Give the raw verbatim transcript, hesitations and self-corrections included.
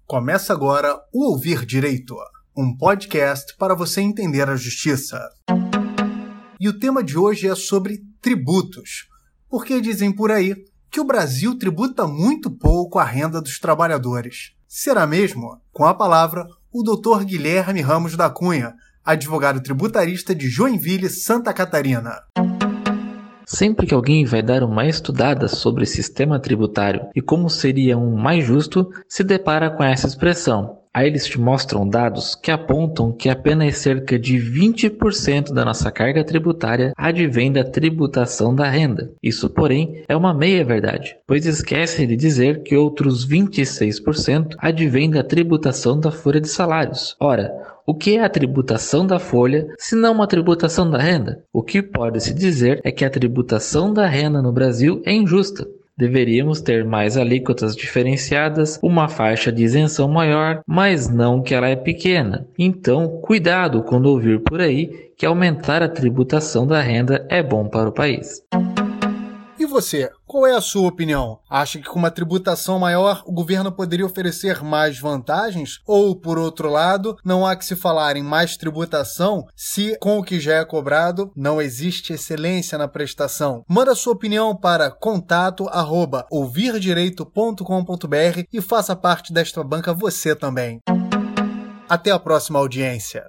Começa agora o Ouvir Direito, um podcast para você entender a justiça. E o tema de hoje é sobre tributos, porque dizem por aí que o Brasil tributa muito pouco a renda dos trabalhadores. Será mesmo? Com a palavra, o doutor Guilherme Ramos da Cunha, advogado tributarista de Joinville, Santa Catarina. Sempre que alguém vai dar uma estudada sobre sistema tributário e como seria um mais justo, se depara com essa expressão. Aí eles te mostram dados que apontam que apenas cerca de vinte por cento da nossa carga tributária advém da tributação da renda. Isso, porém, é uma meia-verdade, pois esquecem de dizer que outros vinte e seis por cento advém da tributação da folha de salários. Ora, o que é a tributação da folha, se não uma tributação da renda? O que pode-se dizer é que a tributação da renda no Brasil é injusta. Deveríamos ter mais alíquotas diferenciadas, uma faixa de isenção maior, mas não que ela é pequena. Então, cuidado quando ouvir por aí que aumentar a tributação da renda é bom para o país. E você, qual é a sua opinião? Acha que com uma tributação maior o governo poderia oferecer mais vantagens? Ou, por outro lado, não há que se falar em mais tributação se, com o que já é cobrado, não existe excelência na prestação? Manda sua opinião para contato arroba ouvir direito ponto com ponto b r e faça parte desta banca você também. Até a próxima audiência.